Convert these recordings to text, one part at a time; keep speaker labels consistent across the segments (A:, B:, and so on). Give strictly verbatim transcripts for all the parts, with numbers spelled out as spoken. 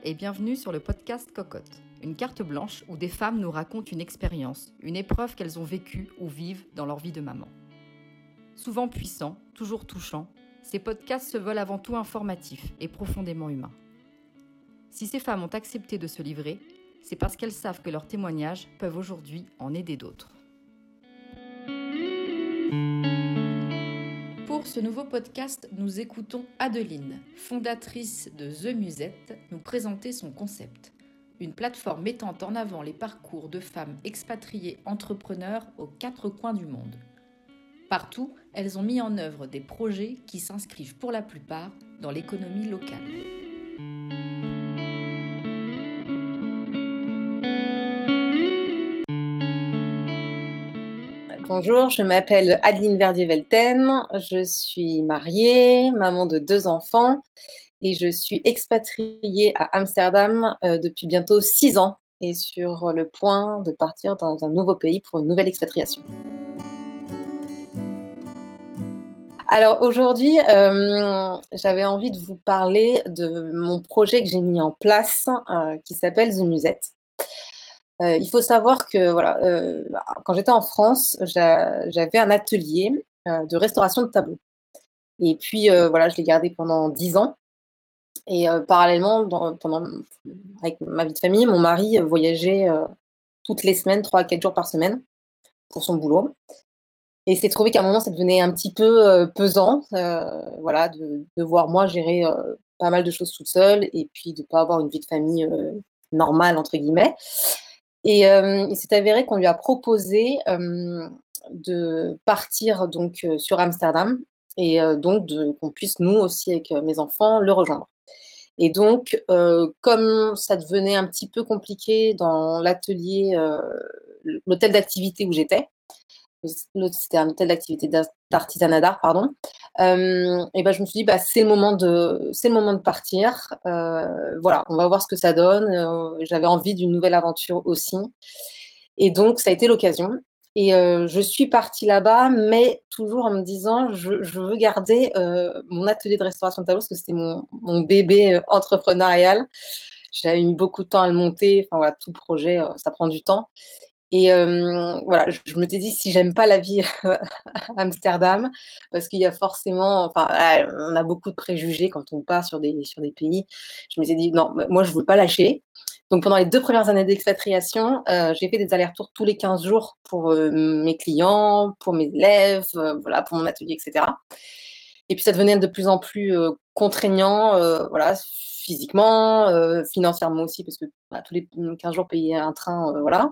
A: et bienvenue sur le podcast Cocotte, une carte blanche où des femmes nous racontent une expérience, une épreuve qu'elles ont vécue ou vivent dans leur vie de maman. Souvent puissants, toujours touchants, ces podcasts se veulent avant tout informatifs et profondément humains. Si ces femmes ont accepté de se livrer, c'est parce qu'elles savent que leurs témoignages peuvent aujourd'hui en aider d'autres. Pour ce nouveau podcast, nous écoutons Adeline, fondatrice de The Musette, nous présenter son concept. Une plateforme mettant en avant les parcours de femmes expatriées entrepreneurs aux quatre coins du monde. Partout, elles ont mis en œuvre des projets qui s'inscrivent pour la plupart dans l'économie locale.
B: Bonjour, je m'appelle Adeline Verdier-Velten, je suis mariée, maman de deux enfants et je suis expatriée à Amsterdam euh, depuis bientôt six ans et sur le point de partir dans un nouveau pays pour une nouvelle expatriation. Alors aujourd'hui, euh, j'avais envie de vous parler de mon projet que j'ai mis en place euh, qui s'appelle The Musette. Euh, il faut savoir que voilà, euh, quand j'étais en France, j'a, j'avais un atelier euh, de restauration de tableaux. Et puis euh, voilà, je l'ai gardé pendant dix ans. Et euh, parallèlement, dans, pendant, avec ma vie de famille, mon mari voyageait euh, toutes les semaines, trois à quatre jours par semaine, pour son boulot. Et il s'est trouvé qu'à un moment, ça devenait un petit peu euh, pesant, euh, voilà, de devoir moi gérer euh, pas mal de choses toute seule, et puis de ne pas avoir une vie de famille euh, normale entre guillemets. Et euh, il s'est avéré qu'on lui a proposé euh, de partir donc euh, sur Amsterdam et euh, donc de, qu'on puisse nous aussi avec euh, mes enfants le rejoindre. Et donc, euh, comme ça devenait un petit peu compliqué dans l'atelier, euh, l'hôtel d'activité où j'étais, l'autre c'était un hôtel d'activité d'artisanat d'art, pardon. Euh, et ben je me suis dit bah c'est le moment de c'est le moment de partir. Euh, voilà, on va voir ce que ça donne. Euh, j'avais envie d'une nouvelle aventure aussi, et donc ça a été l'occasion. Et euh, je suis partie là-bas, mais toujours en me disant je, je veux garder euh, mon atelier de restauration de tableaux parce que c'était mon, mon bébé euh, entrepreneurial. J'avais mis beaucoup de temps à le monter. Enfin voilà, tout projet, euh, ça prend du temps. Et euh, voilà, je, je me suis dit, si j'aime pas la vie à Amsterdam, parce qu'il y a forcément, enfin, on a beaucoup de préjugés quand on part sur des, sur des pays, je me suis dit, non, moi, je ne veux pas lâcher. Donc, pendant les deux premières années d'expatriation, euh, j'ai fait des allers-retours tous les quinze jours pour euh, mes clients, pour mes élèves, euh, voilà, pour mon atelier, et cetera. Et puis, ça devenait de plus en plus euh, contraignant, euh, voilà, physiquement, euh, financièrement aussi, parce que bah, tous les quinze jours, payer un train, euh, voilà.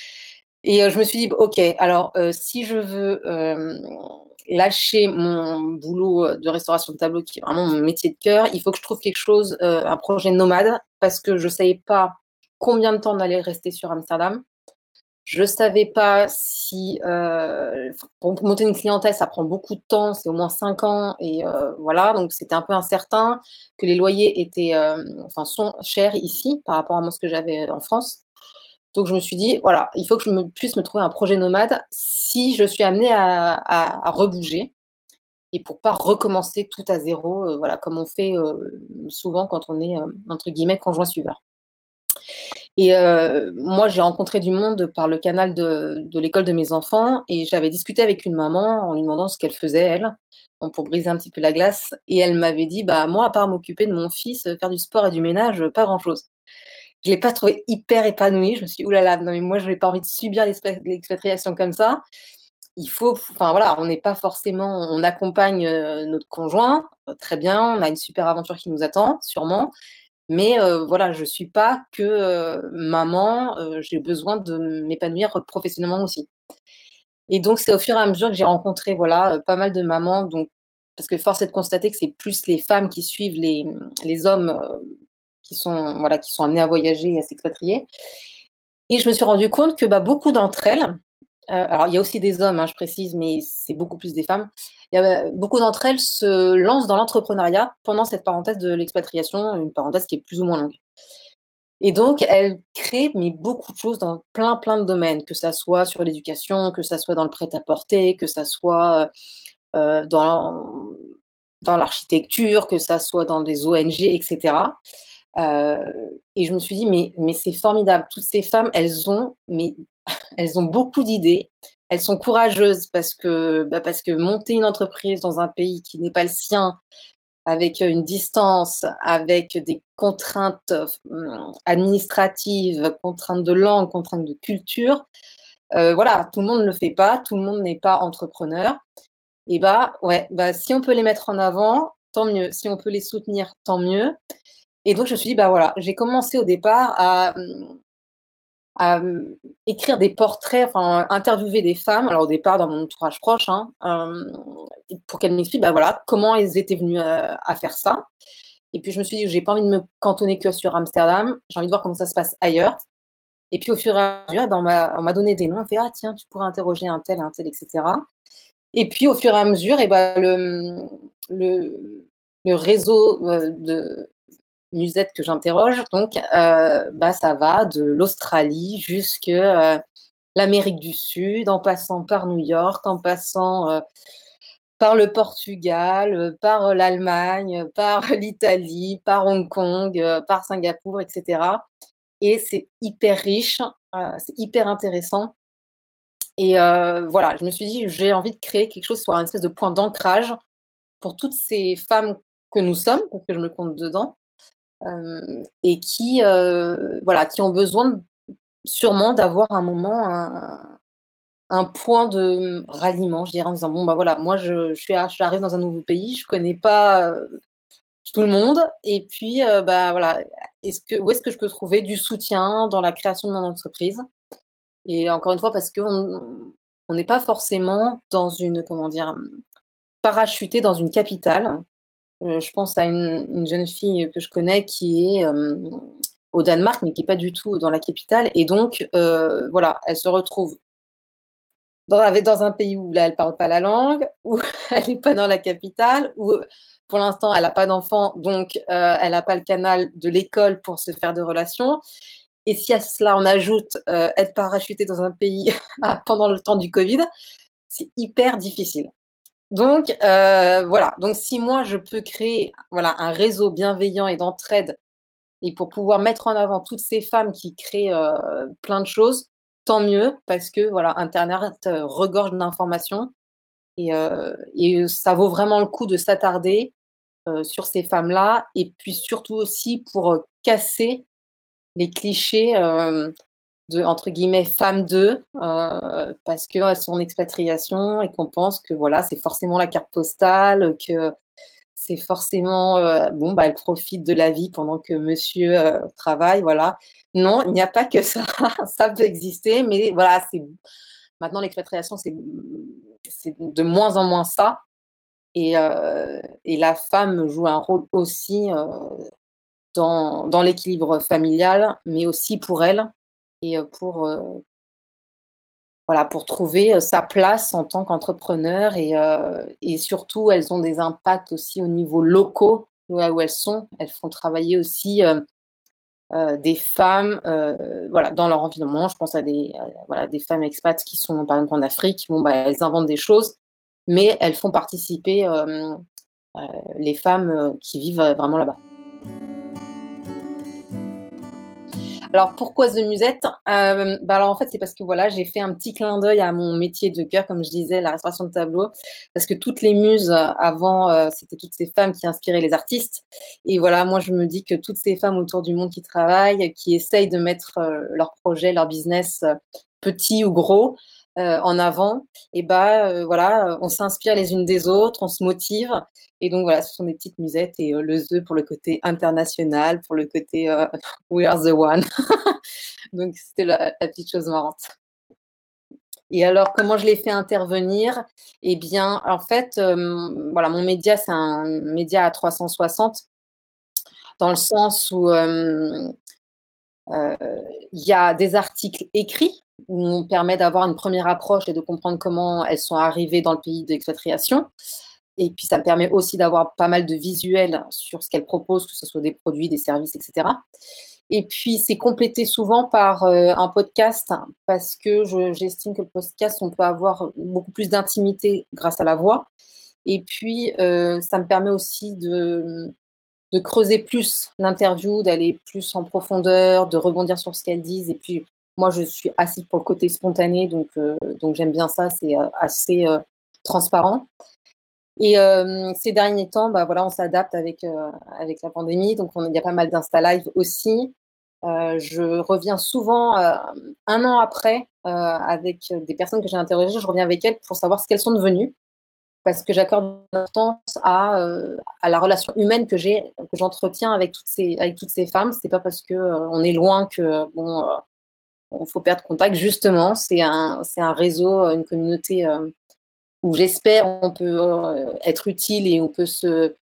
B: Et euh, je me suis dit, ok, alors euh, si je veux euh, lâcher mon boulot de restauration de tableau, qui est vraiment mon métier de cœur, il faut que je trouve quelque chose, euh, un projet nomade, parce que je ne savais pas combien de temps on allait rester sur Amsterdam. Je ne savais pas si, euh, pour monter une clientèle, ça prend beaucoup de temps, c'est au moins cinq ans, et euh, voilà, donc c'était un peu incertain, que les loyers étaient, euh, enfin, sont chers ici par rapport à moi, ce que j'avais en France. Donc, je me suis dit, voilà, il faut que je me, puisse me trouver un projet nomade si je suis amenée à, à, à rebouger et pour pas recommencer tout à zéro, euh, voilà, comme on fait euh, souvent quand on est, euh, entre guillemets, conjoint suiveur. Et euh, moi, j'ai rencontré du monde par le canal de, de l'école de mes enfants et j'avais discuté avec une maman en lui demandant ce qu'elle faisait, elle, pour briser un petit peu la glace. Et elle m'avait dit, bah, moi, à part m'occuper de mon fils, faire du sport et du ménage, pas grand-chose. Je ne l'ai pas trouvé hyper épanouie. Je me suis dit, oulala, non, mais moi, je n'ai pas envie de subir l'expatriation comme ça. Il faut, enfin voilà, on n'est pas forcément, on accompagne euh, notre conjoint, euh, très bien, on a une super aventure qui nous attend, sûrement. Mais euh, voilà, je ne suis pas que euh, maman, euh, j'ai besoin de m'épanouir professionnellement aussi. Et donc, c'est au fur et à mesure que j'ai rencontré voilà, pas mal de mamans, donc, parce que force est de constater que c'est plus les femmes qui suivent les, les hommes euh, qui sont, voilà, qui sont amenés à voyager et à s'expatrier. Et je me suis rendu compte que bah, beaucoup d'entre elles, euh, alors il y a aussi des hommes, hein, je précise, mais c'est beaucoup plus des femmes, il y a, beaucoup d'entre elles se lancent dans l'entrepreneuriat pendant cette parenthèse de l'expatriation, une parenthèse qui est plus ou moins longue. Et donc, elles créent mais beaucoup de choses dans plein, plein de domaines, que ça soit sur l'éducation, que ça soit dans le prêt-à-porter, que ça soit euh, dans, dans l'architecture, que ça soit dans des O N G, et cetera. Heu et je me suis dit: «Mais mais c'est formidable, toutes ces femmes, elles ont mais elles ont beaucoup d'idées, elles sont courageuses parce que, bah, parce que monter une entreprise dans un pays qui n'est pas le sien, avec, heu, une distance, avec des contraintes, mmh, administratives, contraintes de langue, contraintes de culture, heu, voilà, tout le monde ne le fait pas, tout le monde n'est pas entrepreneur et bah, ouais, bah, si on peut les mettre en avant, tant mieux. Si on peut les soutenir, tant mieux et donc je me suis dit: «Bah, voilà». J'ai commencé au départ à, mmh, à, mmh, écrire des portraits, enfin, interviewer des femmes, alors au départ dans mon entourage proche, hein, hem, pour qu'elles m'expliquent, bah, voilà, comment elles étaient venues, heu, à faire ça et puis je me suis dit: «J'ai pas envie de me cantonner que sur Amsterdam, j'ai envie de voir comment ça se passe ailleurs» et puis au fur et à mesure, et ben, on m'a on m'a donné des noms, on fait: «Ah tiens, tu pourrais interroger un tel, un tel et cetera» et puis au fur et à mesure et bah, le, mmh, le le réseau, heu, de musettes que j'interroge donc heu, bah, ça va de l'Australie jusque, heu, l'Amérique du Sud, en passant par New York, en passant, heu, par le Portugal, heu, par, heu, l'Allemagne, heu, par l'Italie, par Hong Kong, heu, par Singapour et cetera et c'est hyper riche, heu, c'est hyper intéressant et heu, voilà, je me suis dit: «J'ai envie de créer quelque chose, soit un espèce de point d'ancrage pour toutes ces femmes que nous sommes», parce que je me compte dedans, hem et qui, heu, voilà, qui ont besoin sûrement d'avoir un moment, un un point de ralliement, je dirais, en disant: «Bon, bah, voilà, moi je je suis a j'arrive dans un nouveau pays, je connais pas, heu, tout le monde et puis, heu, bah, voilà, est-ce que où est-ce que je peux trouver du soutien dans la création de mon entreprise?» et encore une fois, parce qu'on on n'est pas forcément dans une, comment dire? Mmh, parachuté dans une capitale. Heu, je pense à une une jeune fille que je connais qui est, hem, au Danemark, mais qui est pas du tout dans la capitale et donc heu, voilà, elle se retrouve dans avec dans un pays où là, elle parle pas la langue, où elle est pas dans la capitale, où, pour l'instant, elle a pas d'enfant, donc heu, elle a pas le canal de l'école pour se faire de relations et si à cela on ajoute, heu, être parachutée dans un pays pendant le temps du covid, c'est hyper difficile. Donc heu, voilà, donc si moi je peux créer, voilà, un réseau bienveillant et d'entraide et pour pouvoir mettre en avant toutes ces femmes qui créent, heu, plein de choses, tant mieux parce que voilà, internet, heu, regorge d'informations et heu et ça vaut vraiment le coup de s'attarder, heu, sur ces femmes-là et puis surtout aussi pour, heu, casser les clichés, hem, de entre guillemets «femmes de», heu, parce qu'elles sont en expatriation et qu'on pense que voilà, c'est forcément la carte postale, que c'est forcément, heu, bon, bah, elle profite de la vie pendant que monsieur, heu, travaille, voilà. Non, il n'y a pas que ça. Ça peut exister, mais voilà, c'est maintenant l'expatriation, c'est, mmh, c'est de moins en moins ça et heu et la femme joue un rôle aussi, heu, dans dans l'équilibre familial, mais aussi pour elle et heu, pour, heu, voilà, pour trouver, heu, sa place en tant qu'entrepreneur et heu et surtout, elles ont des impacts aussi au niveau locaux, là où elles sont. Elles font travailler aussi, heu heu, des femmes, heu, voilà, dans leur environnement. Je pense à des, heu, voilà, des femmes expats qui sont, par exemple, en Afrique. Bon, bah, elles inventent des choses, mais elles font participer, hem, heu, les femmes, heu, qui vivent, heu, vraiment là-bas. Alors pourquoi The Musette? Hem, bah, alors en fait, c'est parce que voilà, j'ai fait un petit clin d'œil à mon métier de cœur, comme je disais, la restauration de tableaux, parce que toutes les muses, heu, avant, heu, c'était toutes ces femmes qui inspiraient les artistes et voilà, moi je me dis que toutes ces femmes autour du monde qui travaillent, qui essayent de mettre, heu, leurs projets, leur business, heu, petits ou gros, heu, en avant et bah, heu, voilà, on s'inspire les unes des autres, on se motive et donc voilà, ce sont des petites musettes et heu, le The pour le côté international, pour le côté, heu, we are the one. Donc c'était la la petite chose marrante. Et alors comment je l'ai fait intervenir? Eh bien, en fait, hem, voilà, mon média, c'est un média à trois cent soixante dans le sens où, hem, heu, il y a des articles écrits où on permet d'avoir une première approche et de comprendre comment elles sont arrivées dans le pays d'expatriation. Et puis ça me permet aussi d'avoir pas mal de visuels sur ce qu'elles proposent, que ce soit des produits, des services et cetera. Et puis c'est complété souvent par, heu, un podcast parce que je j'estime que le podcast, on peut avoir beaucoup plus d'intimité grâce à la voix et puis, heu, ça me permet aussi de, mmh, de creuser plus l'interview, d'aller plus en profondeur, de rebondir sur ce qu'elles disent. Et puis, moi, je suis assise pour le côté spontané, donc, euh, donc j'aime bien ça, c'est euh, assez euh, transparent. Et euh, ces derniers temps, bah, voilà, on s'adapte avec, euh, avec la pandémie, donc il y a pas mal d'Insta Live aussi. Euh, je reviens souvent euh, un an après euh, avec des personnes que j'ai interrogées, je reviens avec elles pour savoir ce qu'elles sont devenues, parce que j'accorde l'importance à, euh, à la relation humaine que j'ai, que j'entretiens avec toutes ces, avec toutes ces femmes. C'est pas parce que euh, on est loin que bon, euh, il faut perdre contact. Justement, c'est un, c'est un réseau, une communauté euh, où j'espère on peut euh, être utile et on peut se,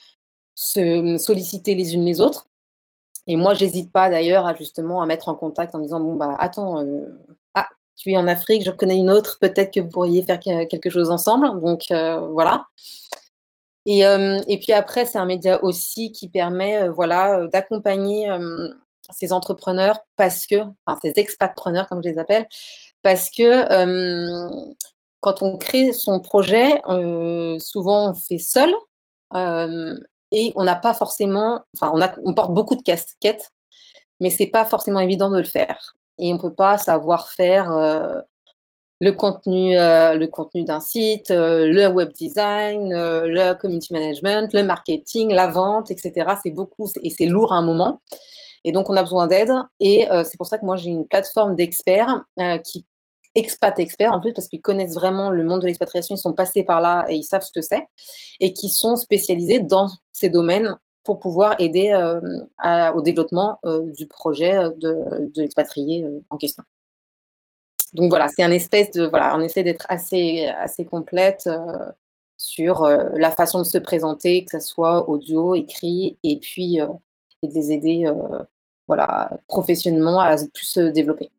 B: se solliciter les unes les autres. Et moi, j'hésite pas d'ailleurs à justement à mettre en contact en disant bon bah attends, euh, ah tu es en Afrique, je connais une autre, peut-être que vous pourriez faire quelque chose ensemble. Donc euh, voilà. Et, euh, et puis après, c'est un média aussi qui permet euh, voilà d'accompagner euh, ces entrepreneurs parce que, enfin ces expatpreneurs comme je les appelle, parce que euh, quand on crée son projet, euh, souvent on fait seul. Euh, et on n'a pas forcément, enfin on, a, on porte beaucoup de casquettes, mais c'est pas forcément évident de le faire. Et on peut pas savoir faire euh, le contenu, euh, le contenu d'un site, euh, le web design, euh, le community management, le marketing, la vente, et cetera. C'est beaucoup et c'est lourd à un moment. Et donc on a besoin d'aide. Et euh, c'est pour ça que moi j'ai une plateforme d'experts euh, qui expat experts en plus parce qu'ils connaissent vraiment le monde de l'expatriation, ils sont passés par là et ils savent ce que c'est et qui sont spécialisés dans ces domaines pour pouvoir aider euh, à, au développement euh, du projet de, de l'expatrié euh, en question. Donc voilà, c'est un espèce de voilà, on essaie d'être assez assez complète euh, sur euh, la façon de se présenter, que ce soit audio, écrit, et puis euh, et de les aider euh, voilà professionnellement à plus se développer.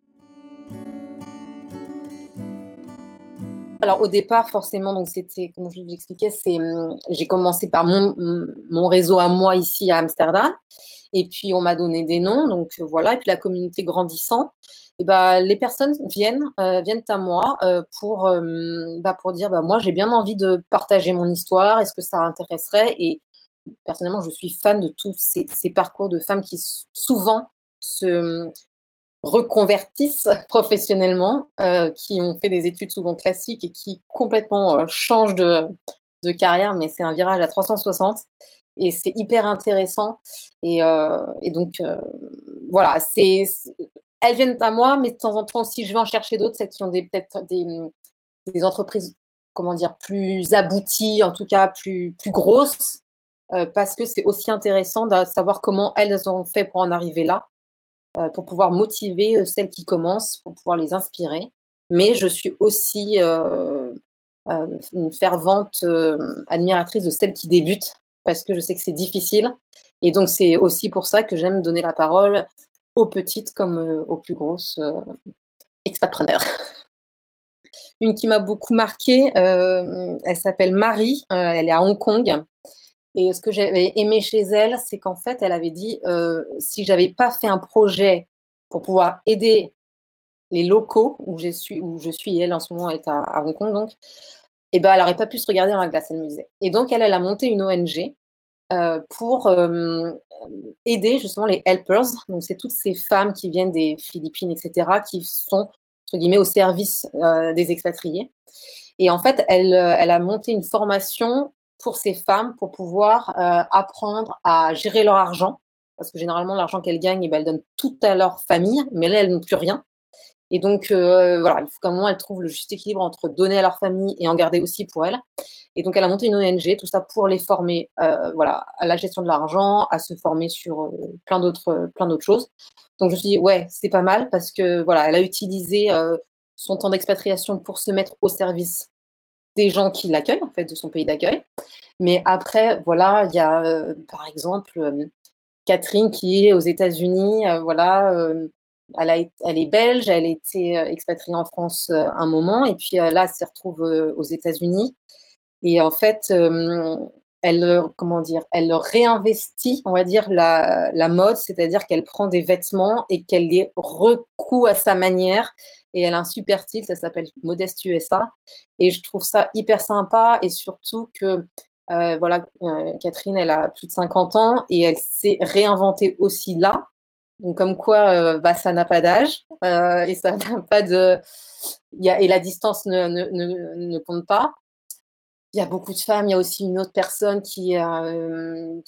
B: Alors au départ, forcément, donc c'était, comme je vous l'expliquais, c'est, j'ai commencé par mon, mon réseau à moi ici à Amsterdam, et puis on m'a donné des noms, donc voilà, et puis la communauté grandissant, et bah, les personnes viennent, euh, viennent à moi euh, pour, euh, bah, pour dire, bah, moi j'ai bien envie de partager mon histoire, est-ce que ça intéresserait? Et personnellement, je suis fan de tous ces, ces parcours de femmes qui souvent se reconvertissent professionnellement, euh, qui ont fait des études souvent classiques et qui complètement euh, changent de, de carrière, mais c'est un virage à trois cent soixante et c'est hyper intéressant. Et, euh, et donc, euh, voilà, c'est, c'est, elles viennent à moi, mais de temps en temps aussi, je vais en chercher d'autres, celles qui ont des, peut-être des, des entreprises, comment dire, plus abouties, en tout cas plus, plus grosses, euh, parce que c'est aussi intéressant de savoir comment elles ont fait pour en arriver là, pour pouvoir motiver celles qui commencent, pour pouvoir les inspirer. Mais je suis aussi euh, euh, une fervente euh, admiratrice de celles qui débutent, parce que je sais que c'est difficile. Et donc, c'est aussi pour ça que j'aime donner la parole aux petites comme euh, aux plus grosses euh, expatpreneurs. Une qui m'a beaucoup marquée, euh, elle s'appelle Marie, euh, elle est à Hong Kong. Et ce que j'avais aimé chez elle, c'est qu'en fait, elle avait dit euh, si j'avais pas fait un projet pour pouvoir aider les locaux où je suis, où je suis, elle en ce moment est à, à Hong Kong, donc, et ben, elle n'aurait pas pu se regarder dans la glace, elle me disait. Et donc, elle, elle a monté une O N G euh, pour euh, aider justement les helpers. Donc, c'est toutes ces femmes qui viennent des Philippines, et cetera, qui sont, entre guillemets, au service euh, des expatriés. Et en fait, elle, elle a monté une formation pour ces femmes pour pouvoir euh, apprendre à gérer leur argent. Parce que généralement, l'argent qu'elles gagnent, eh ben, elles donnent tout à leur famille, mais là, elles n'ont plus rien. Et donc, euh, voilà, il faut qu'à un moment, elles trouvent le juste équilibre entre donner à leur famille et en garder aussi pour elles. Et donc, elle a monté une O N G, tout ça pour les former euh, voilà, à la gestion de l'argent, à se former sur euh, plein, d'autres, plein d'autres choses. Donc, je me suis dit, ouais, c'est pas mal parce que, voilà, elle a utilisé euh, son temps d'expatriation pour se mettre au service des gens qui l'accueillent, en fait, de son pays d'accueil. Mais après, voilà, il y a, euh, par exemple, euh, Catherine qui est aux États-Unis, euh, voilà, euh, elle, a, elle est belge, elle a été expatriée en France euh, un moment, et puis euh, là, elle se retrouve euh, aux États-Unis. Et en fait, euh, elle, comment dire, elle réinvestit, on va dire, la, la mode, c'est-à-dire qu'elle prend des vêtements et qu'elle les recoue à sa manière. Et elle a un super titre, ça s'appelle Modeste U S A. Et je trouve ça hyper sympa et surtout que Euh, voilà, euh, Catherine, elle a plus de cinquante ans et elle s'est réinventée aussi là. Donc, comme quoi, euh, bah, ça n'a pas d'âge euh, et ça n'a pas de. Il y a, et la distance ne, ne, ne, ne compte pas. Il y a beaucoup de femmes. Il y a aussi une autre personne qui. Euh,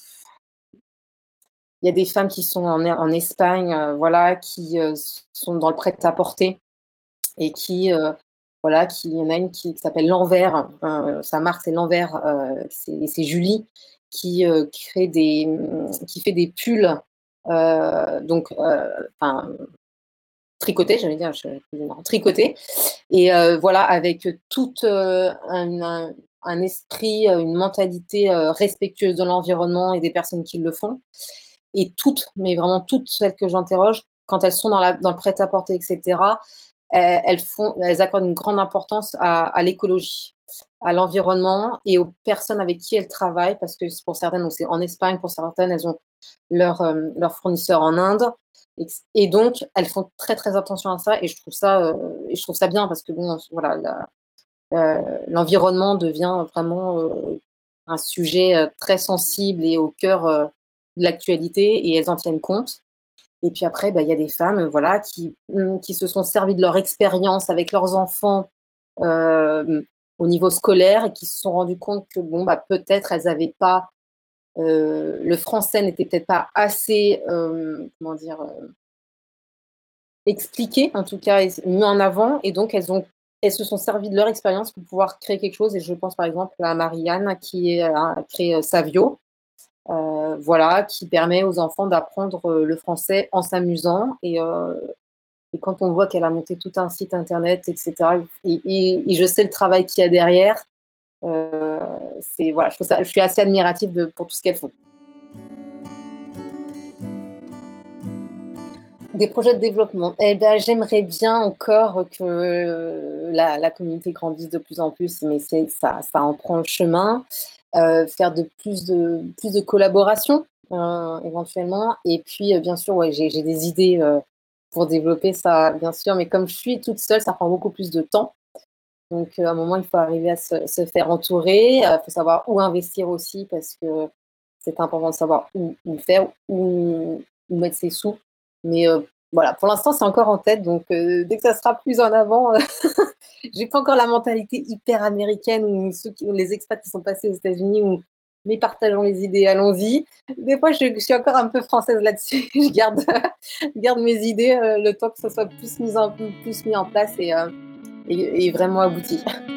B: il y a des femmes qui sont en, en Espagne, euh, voilà, qui euh, sont dans le prêt-à-porter et qui. Euh, voilà, qui, il y en a une qui, qui s'appelle L'Envers. Euh, sa marque, c'est L'Envers. Euh, c'est, c'est Julie qui euh, crée des, qui fait des pulls. Euh, donc, euh, enfin, tricoté, j'allais dire, je, non, tricoté. Et euh, voilà, avec tout euh, un, un, un esprit, une mentalité euh, respectueuse de l'environnement et des personnes qui le font. Et toutes, mais vraiment toutes celles que j'interroge, quand elles sont dans, la, dans le prêt-à-porter, et cetera, elles, elles, font, elles accordent une grande importance à, à l'écologie, à l'environnement et aux personnes avec qui elles travaillent, parce que pour certaines, donc c'est en Espagne, pour certaines, elles ont leurs euh, leur fournisseurs en Inde. Et, et donc, elles font très, très attention à ça. Et je trouve ça, euh, et je trouve ça bien parce que, bon, voilà, la, euh, l'environnement devient vraiment euh, un sujet euh, très sensible et au cœur euh, de l'actualité et elles en tiennent compte. Et puis après, bah, y a des femmes voilà, qui, qui se sont servies de leur expérience avec leurs enfants euh, au niveau scolaire et qui se sont rendues compte que bon, bah, peut-être elles n'avaient pas, euh, le français n'était peut-être pas assez, euh, comment dire, euh, expliqué, en tout cas mis en avant, et donc elles, ont, elles se sont servies de leur expérience pour pouvoir créer quelque chose. Et je pense par exemple à Marianne qui a créé Savio, euh, voilà, qui permet aux enfants d'apprendre le français en s'amusant. Et, euh, et quand on voit qu'elle a monté tout un site internet, et cetera, et, et, et je sais le travail qu'il y a derrière, euh, c'est, voilà, je, trouve ça, je suis assez admirative de, pour tout ce qu'elles font. Des projets de développement. Eh ben, j'aimerais bien encore que la, la communauté grandisse de plus en plus, mais c'est, ça, ça en prend le chemin. Euh, faire de plus de, plus de collaboration, euh, éventuellement. Et puis, euh, bien sûr, ouais, j'ai, j'ai des idées euh, pour développer ça, bien sûr, mais comme je suis toute seule, ça prend beaucoup plus de temps. Donc, euh, à un moment, il faut arriver à se, se faire entourer. Il euh, faut savoir où investir aussi, parce que c'est important de savoir où, où faire, où, où mettre ses sous. Mais euh, voilà, pour l'instant, c'est encore en tête. Donc, euh, dès que ça sera plus en avant, euh, j'ai pas encore la mentalité hyper américaine ou ceux qui, les expats qui sont passés aux États-Unis où mais partageons les idées, allons-y. Des fois, je, je suis encore un peu française là-dessus. Je garde, garde mes idées euh, le temps que ça soit plus mis en, plus mis en place et, euh, et, et vraiment abouti.